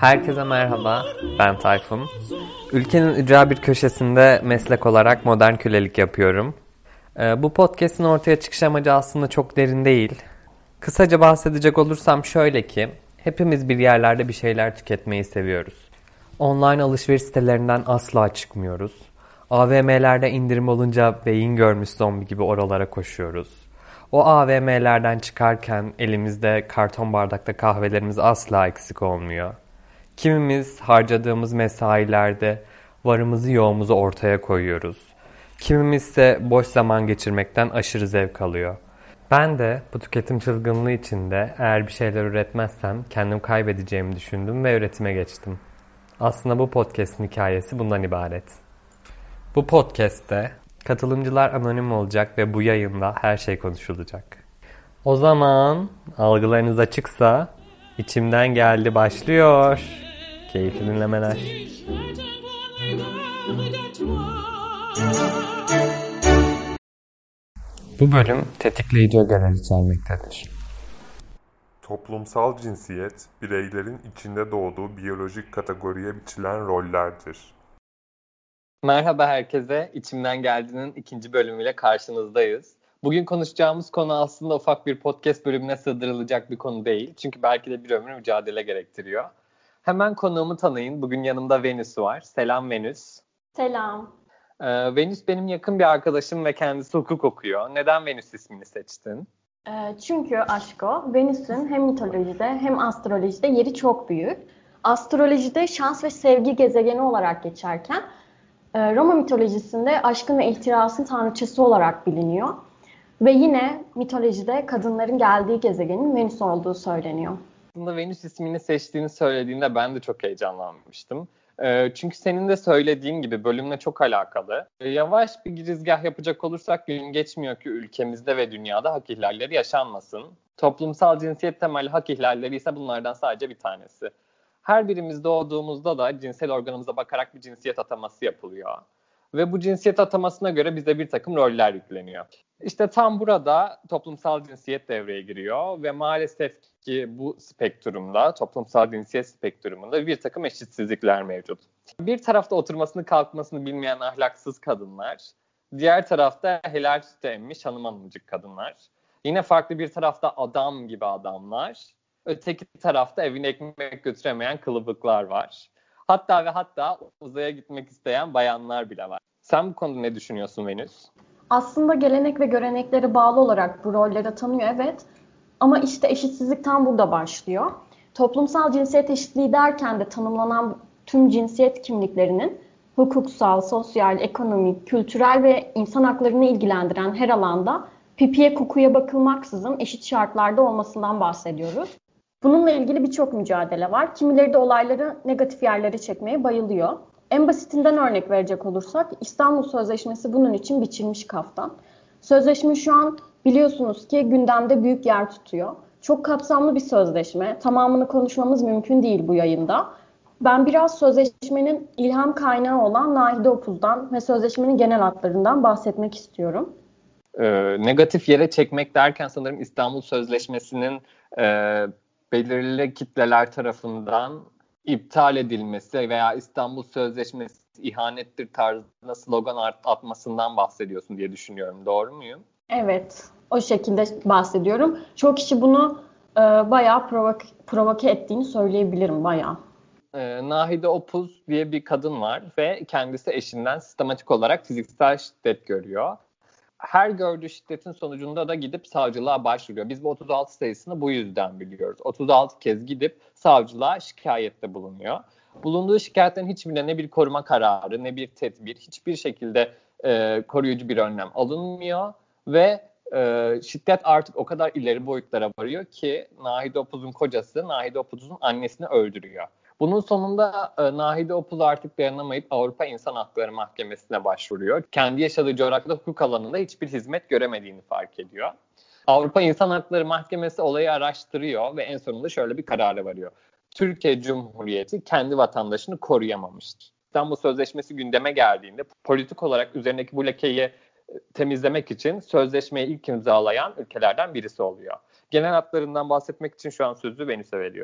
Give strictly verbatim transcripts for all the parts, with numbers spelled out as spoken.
Herkese merhaba, ben Tayfun. Ülkenin ücra bir köşesinde meslek olarak modern kölelik yapıyorum. Ee, bu podcast'in ortaya çıkış amacı aslında çok derin değil. Kısaca bahsedecek olursam şöyle ki, hepimiz bir yerlerde bir şeyler tüketmeyi seviyoruz. Online alışveriş sitelerinden asla çıkmıyoruz. A V M'lerde indirim olunca beyin görmüş zombi gibi oralara koşuyoruz. O A V M'lerden çıkarken elimizde karton bardakta kahvelerimiz asla eksik olmuyor. Kimimiz harcadığımız mesailerde varımızı yoğumuzu ortaya koyuyoruz. Kimimiz ise boş zaman geçirmekten aşırı zevk alıyor. Ben de bu tüketim çılgınlığı içinde eğer bir şeyler üretmezsem kendim kaybedeceğimi düşündüm ve üretime geçtim. Aslında bu podcast'in hikayesi bundan ibaret. Bu podcast'te katılımcılar anonim olacak ve bu yayında her şey konuşulacak. O zaman algılarınız açıksa içimden geldi başlıyor. Keyifli dinlemeler. Bu bölüm tetikleyici ögeler içermektedir. Toplumsal cinsiyet, bireylerin içinde doğduğu biyolojik kategoriye biçilen rollerdir. Merhaba herkese, İçimden Geldi'nin ikinci bölümüyle karşınızdayız. Bugün konuşacağımız konu aslında ufak bir podcast bölümüne sığdırılacak bir konu değil. Çünkü belki de bir ömür mücadele gerektiriyor. Hemen konuğumu tanıyın. Bugün yanımda Venüs var. Selam Venüs. Selam. Ee, Venüs benim yakın bir arkadaşım ve kendisi hukuk okuyor. Neden Venüs ismini seçtin? Ee, çünkü aşko, Venüs'ün hem mitolojide hem astrolojide yeri çok büyük. Astrolojide şans ve sevgi gezegeni olarak geçerken Roma mitolojisinde aşkın ve ihtirasın tanrıçası olarak biliniyor. Ve yine mitolojide kadınların geldiği gezegenin Venüs olduğu söyleniyor. Aslında Venüs ismini seçtiğini söylediğinde ben de çok heyecanlanmıştım. Çünkü senin de söylediğin gibi bölümle çok alakalı. Yavaş bir girizgah yapacak olursak gün geçmiyor ki ülkemizde ve dünyada hak ihlalleri yaşanmasın. Toplumsal cinsiyet temelli hak ihlalleri ise bunlardan sadece bir tanesi. Her birimiz doğduğumuzda da cinsel organımıza bakarak bir cinsiyet ataması yapılıyor. Ve bu cinsiyet atamasına göre bize bir takım roller yükleniyor. İşte tam burada toplumsal cinsiyet devreye giriyor ve maalesef ki bu spektrumda, toplumsal cinsiyet spektrumunda bir takım eşitsizlikler mevcut. Bir tarafta oturmasını kalkmasını bilmeyen ahlaksız kadınlar, diğer tarafta helal sütü emmiş hanım hanımcık kadınlar. Yine farklı bir tarafta adam gibi adamlar, öteki tarafta evine ekmek götüremeyen kılıbıklar var. Hatta ve hatta uzaya gitmek isteyen bayanlar bile var. Sen bu konuda ne düşünüyorsun Venüs? Aslında gelenek ve göreneklere bağlı olarak bu rollere tanıyor, evet. Ama işte eşitsizlik tam burada başlıyor. Toplumsal cinsiyet eşitliği derken de tanımlanan tüm cinsiyet kimliklerinin hukuksal, sosyal, ekonomik, kültürel ve insan haklarını ilgilendiren her alanda pipiye kukuya bakılmaksızın eşit şartlarda olmasından bahsediyoruz. Bununla ilgili birçok mücadele var. Kimileri de olayları negatif yerlere çekmeye bayılıyor. En basitinden örnek verecek olursak İstanbul Sözleşmesi bunun için biçilmiş kaftan. Sözleşme şu an biliyorsunuz ki gündemde büyük yer tutuyor. Çok kapsamlı bir sözleşme. Tamamını konuşmamız mümkün değil bu yayında. Ben biraz sözleşmenin ilham kaynağı olan Nahide Opuz'dan ve sözleşmenin genel hatlarından bahsetmek istiyorum. Ee, negatif yere çekmek derken sanırım İstanbul Sözleşmesi'nin e, belirli kitleler tarafından iptal edilmesi veya İstanbul Sözleşmesi ihanettir tarzında slogan atmasından bahsediyorsun diye düşünüyorum. Doğru muyum? Evet, o şekilde bahsediyorum. Çok kişi bunu e, bayağı provoke, provoke ettiğini söyleyebilirim bayağı. E, Nahide Opuz diye bir kadın var ve kendisi eşinden sistematik olarak fiziksel şiddet görüyor. Her gördüğü şiddetin sonucunda da gidip savcılığa başvuruyor. Biz bu otuz altı sayısını bu yüzden biliyoruz. otuz altı kez gidip savcılığa şikayette bulunuyor. Bulunduğu şikayetten hiçbirine ne bir koruma kararı, ne bir tedbir, hiçbir şekilde e, koruyucu bir önlem alınmıyor. Ve e, şiddet artık o kadar ileri boyutlara varıyor ki Nahide Opuz'un kocası Nahide Opuz'un annesini öldürüyor. Bunun sonunda e, Nahide Opuz artık dayanamayıp Avrupa İnsan Hakları Mahkemesi'ne başvuruyor. Kendi yaşadığı coğrafyada hukuk alanında hiçbir hizmet göremediğini fark ediyor. Avrupa İnsan Hakları Mahkemesi olayı araştırıyor ve en sonunda şöyle bir karara varıyor. Türkiye Cumhuriyeti kendi vatandaşını koruyamamıştır. İstanbul Sözleşmesi gündeme geldiğinde politik olarak üzerindeki bu lekeyi temizlemek için sözleşmeyi ilk imzalayan ülkelerden birisi oluyor. Genel hatlarından bahsetmek için şu an sözü Venüs'e veriyorum.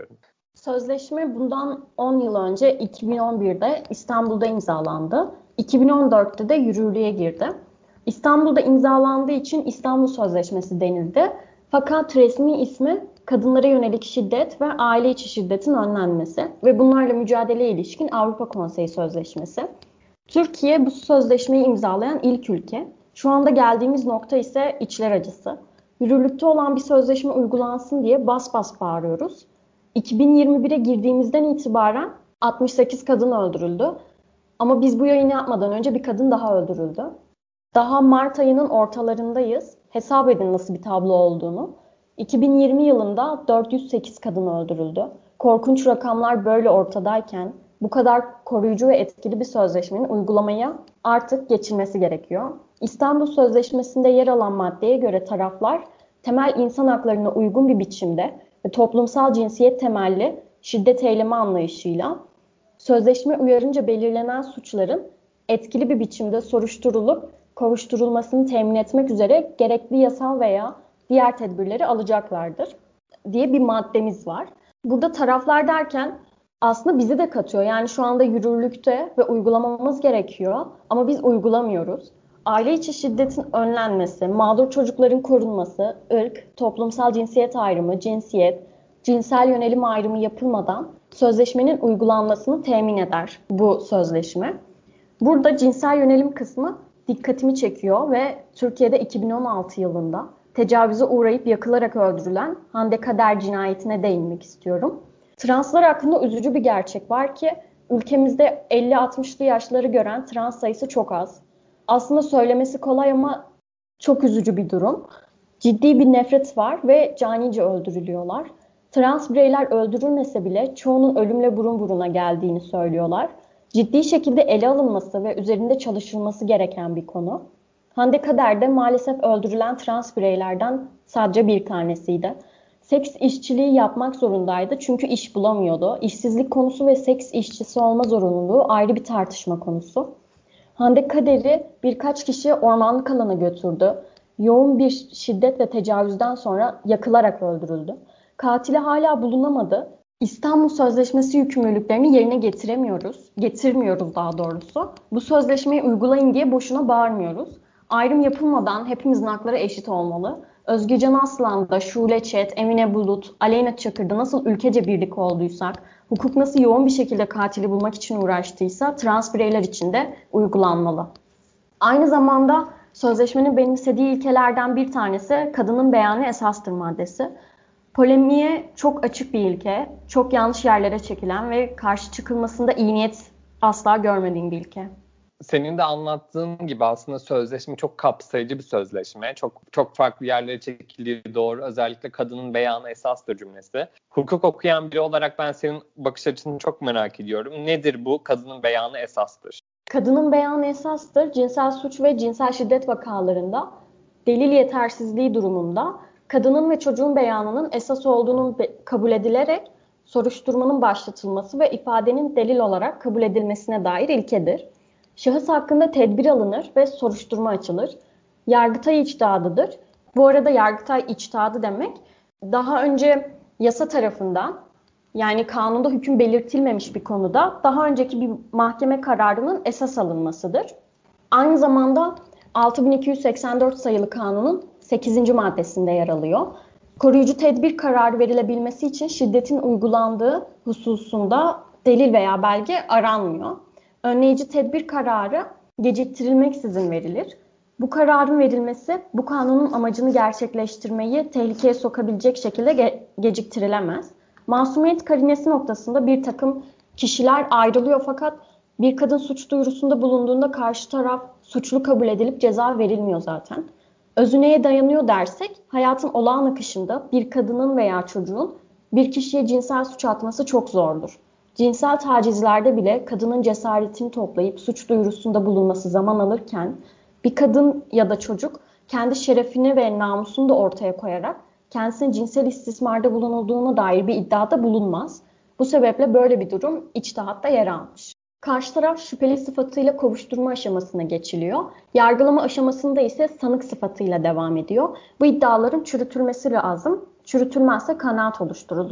Sözleşme bundan on yıl önce iki bin on birde İstanbul'da imzalandı. iki bin on dörtte de yürürlüğe girdi. İstanbul'da imzalandığı için İstanbul Sözleşmesi denildi. Fakat resmi ismi kadınlara yönelik şiddet ve aile içi şiddetin önlenmesi ve bunlarla mücadeleye ilişkin Avrupa Konseyi Sözleşmesi. Türkiye bu sözleşmeyi imzalayan ilk ülke. Şu anda geldiğimiz nokta ise içler acısı. Yürürlükte olan bir sözleşme uygulansın diye bas bas bağırıyoruz. iki bin yirmi bire girdiğimizden itibaren altmış sekiz kadın öldürüldü. Ama biz bu yayını yapmadan önce bir kadın daha öldürüldü. Daha Mart ayının ortalarındayız. Hesap edin nasıl bir tablo olduğunu. iki bin yirmi yılında dört yüz sekiz kadın öldürüldü. Korkunç rakamlar böyle ortadayken bu kadar koruyucu ve etkili bir sözleşmenin uygulamaya artık geçilmesi gerekiyor. İstanbul Sözleşmesi'nde yer alan maddeye göre taraflar temel insan haklarına uygun bir biçimde ve toplumsal cinsiyet temelli şiddet eylemi anlayışıyla sözleşme uyarınca belirlenen suçların etkili bir biçimde soruşturulup kovuşturulmasını temin etmek üzere gerekli yasal veya diğer tedbirleri alacaklardır diye bir maddemiz var. Burada taraflar derken aslında bizi de katıyor. Yani şu anda yürürlükte ve uygulamamız gerekiyor ama biz uygulamıyoruz. Aile içi şiddetin önlenmesi, mağdur çocukların korunması, ırk, toplumsal cinsiyet ayrımı, cinsiyet, cinsel yönelim ayrımı yapılmadan sözleşmenin uygulanmasını temin eder bu sözleşme. Burada cinsel yönelim kısmı dikkatimi çekiyor ve Türkiye'de iki bin on altı yılında tecavüze uğrayıp yakılarak öldürülen Hande Kader cinayetine değinmek istiyorum. Translar hakkında üzücü bir gerçek var ki ülkemizde elli altmışlı yaşları gören trans sayısı çok az. Aslında söylemesi kolay ama çok üzücü bir durum. Ciddi bir nefret var ve canice öldürülüyorlar. Trans bireyler öldürülmese bile çoğunun ölümle burun buruna geldiğini söylüyorlar. Ciddi şekilde ele alınması ve üzerinde çalışılması gereken bir konu. Hande Kader de maalesef öldürülen trans bireylerden sadece bir tanesiydi. Seks işçiliği yapmak zorundaydı çünkü iş bulamıyordu. İşsizlik konusu ve seks işçisi olma zorunluluğu ayrı bir tartışma konusu. Hande Kader'i birkaç kişi ormanlık alana götürdü. Yoğun bir şiddet ve tecavüzden sonra yakılarak öldürüldü. Katili hala bulunamadı. İstanbul Sözleşmesi yükümlülüklerini yerine getiremiyoruz. Getirmiyoruz daha doğrusu. Bu sözleşmeyi uygulayın diye boşuna bağırmıyoruz. Ayrım yapılmadan hepimizin hakları eşit olmalı. Özgecan Aslan'da, Şule Çet, Emine Bulut, Aleyna Çakır'da nasıl ülkece birlik olduysak, hukuk nasıl yoğun bir şekilde katili bulmak için uğraştıysa trans bireyler için de uygulanmalı. Aynı zamanda sözleşmenin benimsediği ilkelerden bir tanesi kadının beyanı esastır maddesi. Polemiğe çok açık bir ilke, çok yanlış yerlere çekilen ve karşı çıkılmasında iyi niyet asla görmediğim bir ilke. Senin de anlattığın gibi aslında sözleşme çok kapsayıcı bir sözleşme. Çok çok farklı yerlere çekildiği doğru. Özellikle kadının beyanı esastır cümlesi. Hukuk okuyan biri olarak ben senin bakış açını çok merak ediyorum. Nedir bu kadının beyanı esastır? Kadının beyanı esastır. Cinsel suç ve cinsel şiddet vakalarında delil yetersizliği durumunda kadının ve çocuğun beyanının esas olduğunun kabul edilerek soruşturmanın başlatılması ve ifadenin delil olarak kabul edilmesine dair ilkedir. Şahıs hakkında tedbir alınır ve soruşturma açılır. Yargıtay içtihadıdır. Bu arada Yargıtay içtihadı demek daha önce yasa tarafından, yani kanunda hüküm belirtilmemiş bir konuda daha önceki bir mahkeme kararının esas alınmasıdır. Aynı zamanda altı bin iki yüz seksen dört sayılı kanunun sekizinci maddesinde yer alıyor. Koruyucu tedbir kararı verilebilmesi için şiddetin uygulandığı hususunda delil veya belge aranmıyor. Önleyici tedbir kararı geciktirilmeksizin verilir. Bu kararın verilmesi bu kanunun amacını gerçekleştirmeyi tehlikeye sokabilecek şekilde ge- geciktirilemez. Masumiyet karinesi noktasında bir takım kişiler ayrılıyor fakat bir kadın suç duyurusunda bulunduğunda karşı taraf suçlu kabul edilip ceza verilmiyor zaten. Özü neye dayanıyor dersek, hayatın olağan akışında bir kadının veya çocuğun bir kişiye cinsel suç atması çok zordur. Cinsel tacizlerde bile kadının cesaretini toplayıp suç duyurusunda bulunması zaman alırken bir kadın ya da çocuk kendi şerefini ve namusunu da ortaya koyarak kendisine cinsel istismarda bulunulduğuna dair bir iddiada bulunmaz. Bu sebeple böyle bir durum içtihatta yer almış. Karşı taraf şüpheli sıfatıyla kovuşturma aşamasına geçiliyor. Yargılama aşamasında ise sanık sıfatıyla devam ediyor. Bu iddiaların çürütülmesi lazım. Çürütülmezse kanaat oluşturuluyor.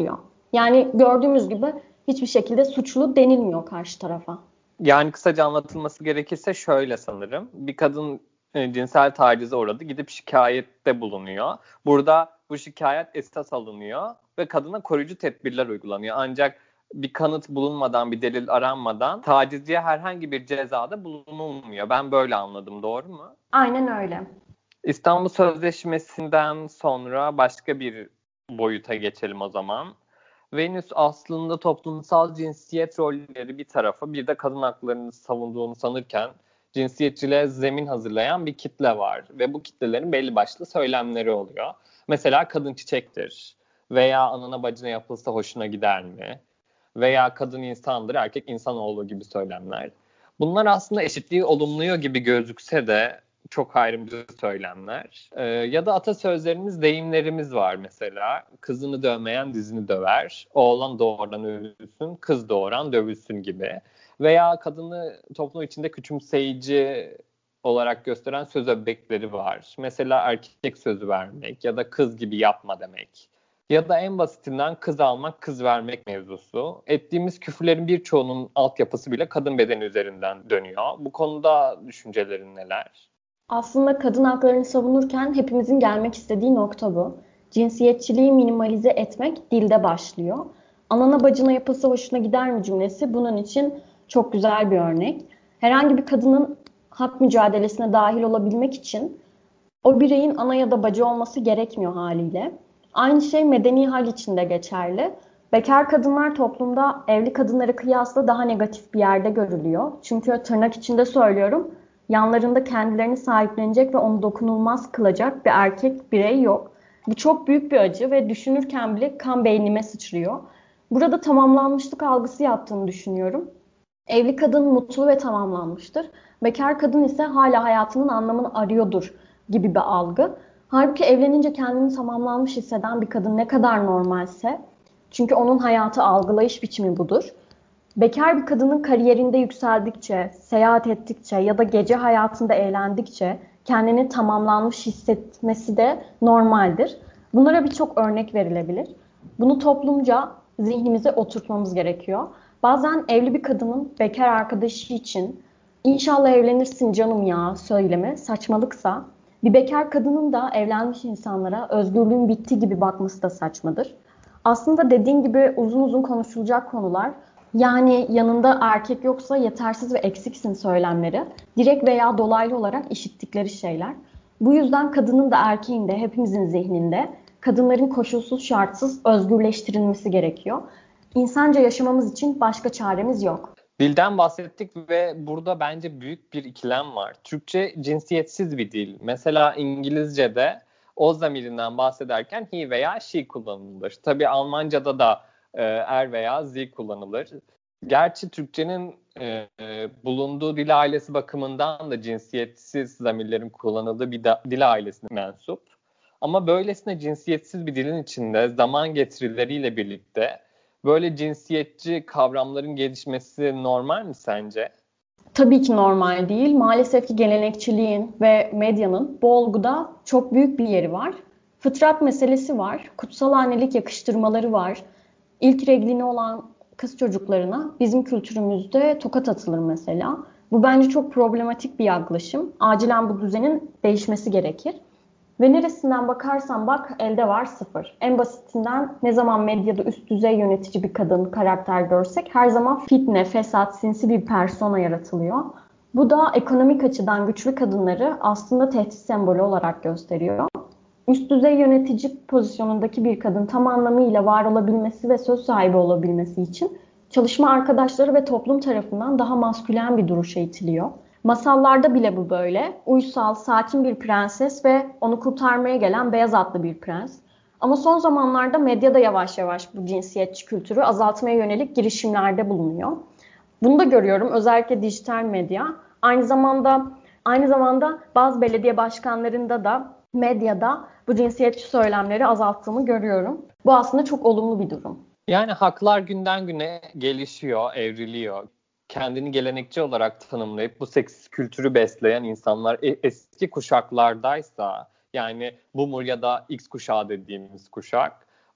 Yani gördüğümüz gibi hiçbir şekilde suçlu denilmiyor karşı tarafa. Yani kısaca anlatılması gerekirse şöyle sanırım. Bir kadın e, cinsel tacize uğradı. Gidip şikayette bulunuyor. Burada bu şikayet esas alınıyor ve kadına koruyucu tedbirler uygulanıyor. Ancak bir kanıt bulunmadan, bir delil aranmadan tacizciye herhangi bir cezada bulunulmuyor. Ben böyle anladım, doğru mu? Aynen öyle. İstanbul Sözleşmesi'nden sonra başka bir boyuta geçelim o zaman. Venüs aslında toplumsal cinsiyet rolleri bir tarafa, bir de kadın haklarını savunduğunu sanırken cinsiyetçiliğe zemin hazırlayan bir kitle var. Ve bu kitlelerin belli başlı söylemleri oluyor. Mesela kadın çiçektir veya anana bacına yapılsa hoşuna gider mi? Veya kadın insandır, erkek insanoğlu gibi söylemler. Bunlar aslında eşitliği olumluyor gibi gözükse de çok ayrımcı söylemler. Ee, ya da atasözlerimiz, deyimlerimiz var mesela. Kızını dövmeyen dizini döver, oğlan doğuran övülsün, kız doğuran dövülsün gibi. Veya kadını toplum içinde küçümseyici olarak gösteren söz öbekleri var. Mesela erkek sözü vermek ya da kız gibi yapma demek. Ya da en basitinden kız almak, kız vermek mevzusu. Ettiğimiz küfürlerin birçoğunun altyapısı bile kadın bedeni üzerinden dönüyor. Bu konuda düşüncelerin neler? Aslında kadın haklarını savunurken hepimizin gelmek istediği nokta bu. Cinsiyetçiliği minimalize etmek dilde başlıyor. Anana bacına yapılsa hoşuna gider mi cümlesi bunun için çok güzel bir örnek. Herhangi bir kadının hak mücadelesine dahil olabilmek için o bireyin ana ya da bacı olması gerekmiyor haliyle. Aynı şey medeni hal için de geçerli. Bekar kadınlar toplumda evli kadınlara kıyasla daha negatif bir yerde görülüyor. Çünkü tırnak içinde söylüyorum, yanlarında kendilerini sahiplenecek ve onu dokunulmaz kılacak bir erkek birey yok. Bu çok büyük bir acı ve düşünürken bile kan beynime sıçrıyor. Burada tamamlanmışlık algısı yaptığını düşünüyorum. Evli kadın mutlu ve tamamlanmıştır. Bekar kadın ise hala hayatının anlamını arıyordur gibi bir algı. Halbuki evlenince kendini tamamlanmış hisseden bir kadın ne kadar normalse, çünkü onun hayatı algılayış biçimi budur. Bekar bir kadının kariyerinde yükseldikçe, seyahat ettikçe ya da gece hayatında eğlendikçe kendini tamamlanmış hissetmesi de normaldir. Bunlara birçok örnek verilebilir. Bunu toplumca zihnimize oturtmamız gerekiyor. Bazen evli bir kadının bekar arkadaşı için "İnşallah evlenirsin canım ya" söylemi saçmalıksa, bir bekar kadının da evlenmiş insanlara özgürlüğün bitti gibi bakması da saçmadır. Aslında dediğin gibi uzun uzun konuşulacak konular. Yani yanında erkek yoksa yetersiz ve eksiksin söylemleri, direkt veya dolaylı olarak işittikleri şeyler. Bu yüzden kadının da erkeğin de hepimizin zihninde kadınların koşulsuz şartsız özgürleştirilmesi gerekiyor. İnsanca yaşamamız için başka çaremiz yok. Dilden bahsettik ve burada bence büyük bir ikilem var. Türkçe cinsiyetsiz bir dil. Mesela İngilizce'de o zamirinden bahsederken he veya she kullanılır. Tabii Almanca'da da e, er veya sie kullanılır. Gerçi Türkçenin e, bulunduğu dil ailesi bakımından da cinsiyetsiz zamirlerin kullanıldığı bir da, dil ailesine mensup. Ama böylesine cinsiyetsiz bir dilin içinde zaman getirileriyle birlikte böyle cinsiyetçi kavramların gelişmesi normal mi sence? Tabii ki normal değil. Maalesef ki gelenekçiliğin ve medyanın bu olguda çok büyük bir yeri var. Fıtrat meselesi var. Kutsal annelik yakıştırmaları var. İlk reglini olan kız çocuklarına bizim kültürümüzde tokat atılır mesela. Bu bence çok problematik bir yaklaşım. Acilen bu düzenin değişmesi gerekir. Ve neresinden bakarsan bak elde var sıfır. En basitinden ne zaman medyada üst düzey yönetici bir kadın karakter görsek her zaman fitne, fesat, sinsi bir persona yaratılıyor. Bu da ekonomik açıdan güçlü kadınları aslında tehdit sembolü olarak gösteriyor. Üst düzey yönetici pozisyonundaki bir kadın tam anlamıyla var olabilmesi ve söz sahibi olabilmesi için çalışma arkadaşları ve toplum tarafından daha maskülen bir duruşa itiliyor. Masallarda bile bu böyle. Uysal, sakin bir prenses ve onu kurtarmaya gelen beyaz atlı bir prens. Ama son zamanlarda medyada yavaş yavaş bu cinsiyetçi kültürü azaltmaya yönelik girişimlerde bulunuyor. Bunu da görüyorum, özellikle dijital medya. Aynı zamanda aynı zamanda bazı belediye başkanlarında da medyada bu cinsiyetçi söylemleri azalttığımı görüyorum. Bu aslında çok olumlu bir durum. Yani haklar günden güne gelişiyor, evriliyor. Kendini gelenekçi olarak tanımlayıp bu seksist kültürü besleyen insanlar eski kuşaklardaysa, yani Boomer ya da X kuşağı dediğimiz kuşak,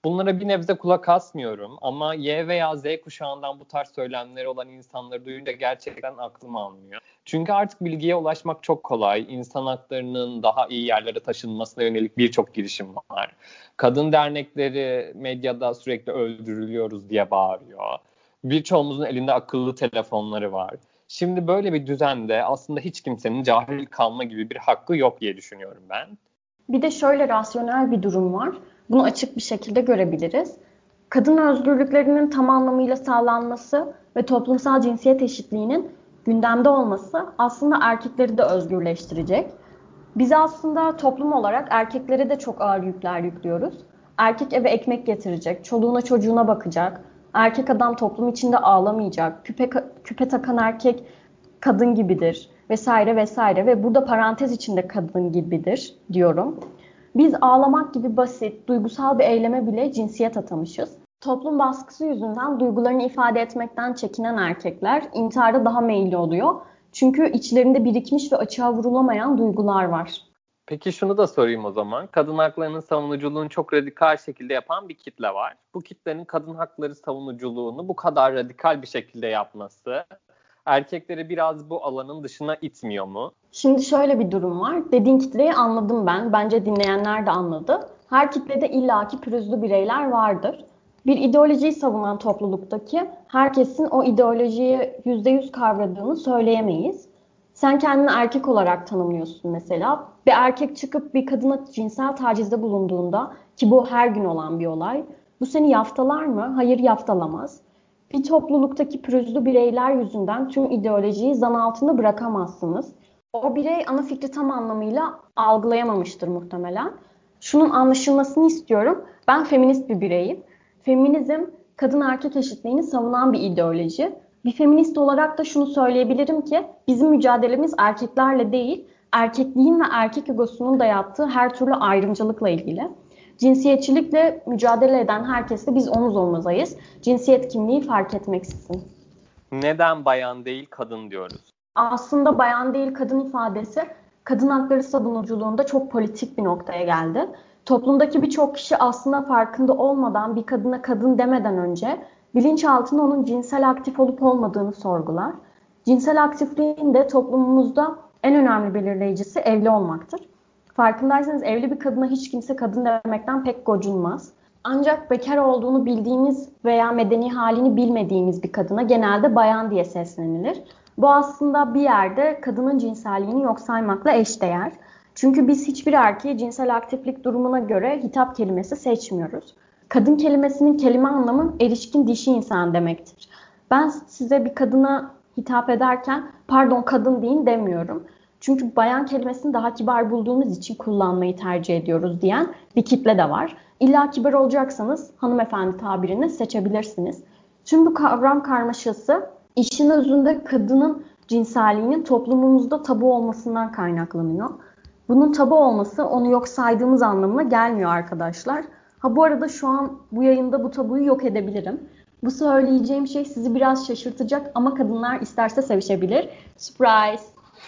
Bunlara bir nebze kulak asmıyorum ama Y veya Z kuşağından bu tarz söylemleri olan insanları duyunca gerçekten aklım almıyor. Çünkü artık bilgiye ulaşmak çok kolay. İnsan haklarının daha iyi yerlere taşınmasına yönelik birçok girişim var. Kadın dernekleri medyada sürekli öldürülüyoruz diye bağırıyor. Birçoğumuzun elinde akıllı telefonları var. Şimdi böyle bir düzende aslında hiç kimsenin cahil kalma gibi bir hakkı yok diye düşünüyorum ben. Bir de şöyle rasyonel bir durum var. Bunu açık bir şekilde görebiliriz. Kadın özgürlüklerinin tam anlamıyla sağlanması ve toplumsal cinsiyet eşitliğinin gündemde olması aslında erkekleri de özgürleştirecek. Biz aslında toplum olarak erkeklere de çok ağır yükler yüklüyoruz. Erkek eve ekmek getirecek, çoluğuna çocuğuna bakacak. Erkek adam toplum içinde ağlamayacak. Küpe, küpe takan erkek kadın gibidir vesaire vesaire ve burada parantez içinde kadın gibidir diyorum. Biz ağlamak gibi basit, duygusal bir eyleme bile cinsiyet atamışız. Toplum baskısı yüzünden duygularını ifade etmekten çekinen erkekler intihara daha meyilli oluyor. Çünkü içlerinde birikmiş ve açığa vurulamayan duygular var. Peki şunu da sorayım o zaman. Kadın haklarının savunuculuğunu çok radikal şekilde yapan bir kitle var. Bu kitlenin kadın hakları savunuculuğunu bu kadar radikal bir şekilde yapması erkekleri biraz bu alanın dışına itmiyor mu? Şimdi şöyle bir durum var. Dediğin kitleyi anladım ben. Bence dinleyenler de anladı. Her kitlede illaki pürüzlü bireyler vardır. Bir ideolojiyi savunan topluluktaki herkesin o ideolojiyi yüzde yüz kavradığını söyleyemeyiz. Sen kendini erkek olarak tanımlıyorsun mesela. Bir erkek çıkıp bir kadına cinsel tacizde bulunduğunda, ki bu her gün olan bir olay, bu seni yaftalar mı? Hayır, yaftalamaz. Bir topluluktaki pürüzlü bireyler yüzünden tüm ideolojiyi zan altında bırakamazsınız. O birey ana fikri tam anlamıyla algılayamamıştır muhtemelen. Şunun anlaşılmasını istiyorum. Ben feminist bir bireyim. Feminizm, kadın erkek eşitliğini savunan bir ideoloji. Bir feminist olarak da şunu söyleyebilirim ki bizim mücadelemiz erkeklerle değil, erkekliğin ve erkek egosunun dayattığı her türlü ayrımcılıkla ilgili. Cinsiyetçilikle mücadele eden herkesle biz omuz omuzayız. Cinsiyet kimliği fark etmeksizin. Neden bayan değil kadın diyoruz? Aslında bayan değil kadın ifadesi kadın hakları savunuculuğunda çok politik bir noktaya geldi. Toplumdaki birçok kişi aslında farkında olmadan bir kadına kadın demeden önce bilinçaltında onun cinsel aktif olup olmadığını sorgular. Cinsel aktifliğin de toplumumuzda en önemli belirleyicisi evli olmaktır. Farkındaysanız evli bir kadına hiç kimse kadın demekten pek gocunmaz. Ancak bekar olduğunu bildiğimiz veya medeni halini bilmediğimiz bir kadına genelde bayan diye seslenilir. Bu aslında bir yerde kadının cinselliğini yok saymakla eşdeğer. Çünkü biz hiçbir erkeği cinsel aktiflik durumuna göre hitap kelimesi seçmiyoruz. Kadın kelimesinin kelime anlamı erişkin dişi insan demektir. Ben size bir kadına hitap ederken pardon kadın deyin demiyorum. Çünkü bayan kelimesini daha kibar bulduğumuz için kullanmayı tercih ediyoruz diyen bir kitle de var. İlla kibar olacaksanız hanımefendi tabirini seçebilirsiniz. Tüm bu kavram karmaşası işin özünde kadının cinselliğinin toplumumuzda tabu olmasından kaynaklanıyor. Bunun tabu olması onu yok saydığımız anlamına gelmiyor arkadaşlar. Ha bu arada şu an bu yayında bu tabuyu yok edebilirim. Bu söyleyeceğim şey sizi biraz şaşırtacak ama kadınlar isterse sevişebilir. Surprise!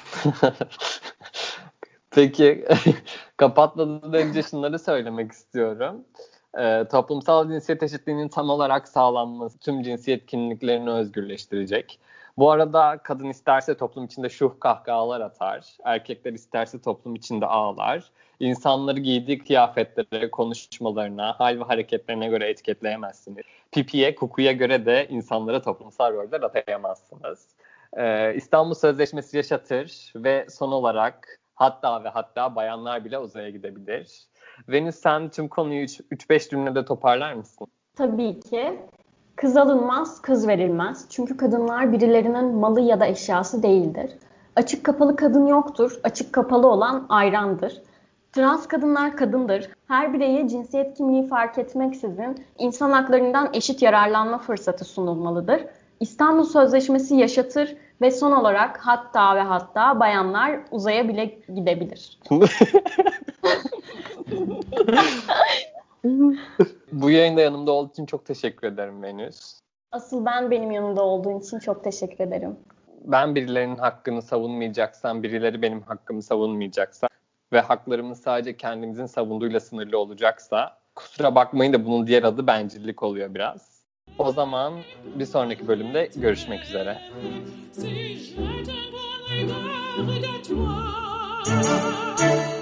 Peki kapatmadan önce şunları söylemek istiyorum. Ee, toplumsal cinsiyet eşitliğinin tam olarak sağlanması tüm cinsiyet kimliklerini özgürleştirecek. Bu arada kadın isterse toplum içinde şuh kahkahalar atar, erkekler isterse toplum içinde ağlar. İnsanları giydiği kıyafetlere, konuşmalarına, hal ve hareketlerine göre etiketleyemezsiniz. Pipiye, kukuya göre de insanlara toplumsal roller atayamazsınız. Ee, İstanbul Sözleşmesi yaşatır ve son olarak hatta ve hatta bayanlar bile uzaya gidebilir. Venüs sen tüm konuyu üç beş cümlede toparlar mısın? Tabii ki. Kız alınmaz, kız verilmez. Çünkü kadınlar birilerinin malı ya da eşyası değildir. Açık kapalı kadın yoktur. Açık kapalı olan ayrandır. Trans kadınlar kadındır. Her bireye cinsiyet kimliği fark etmeksizin insan haklarından eşit yararlanma fırsatı sunulmalıdır. İstanbul Sözleşmesi yaşatır ve son olarak hatta ve hatta bayanlar uzaya bile gidebilir. Bu yayında yanımda olduğu için çok teşekkür ederim Venüs. Asıl ben benim yanımda olduğun için çok teşekkür ederim. Ben birilerinin hakkını savunmayacaksam, birileri benim hakkımı savunmayacaksa ve haklarımız sadece kendimizin savunduğuyla sınırlı olacaksa kusura bakmayın da bunun diğer adı bencillik oluyor biraz. O zaman bir sonraki bölümde görüşmek üzere. Si je t'envoie les vers de toi.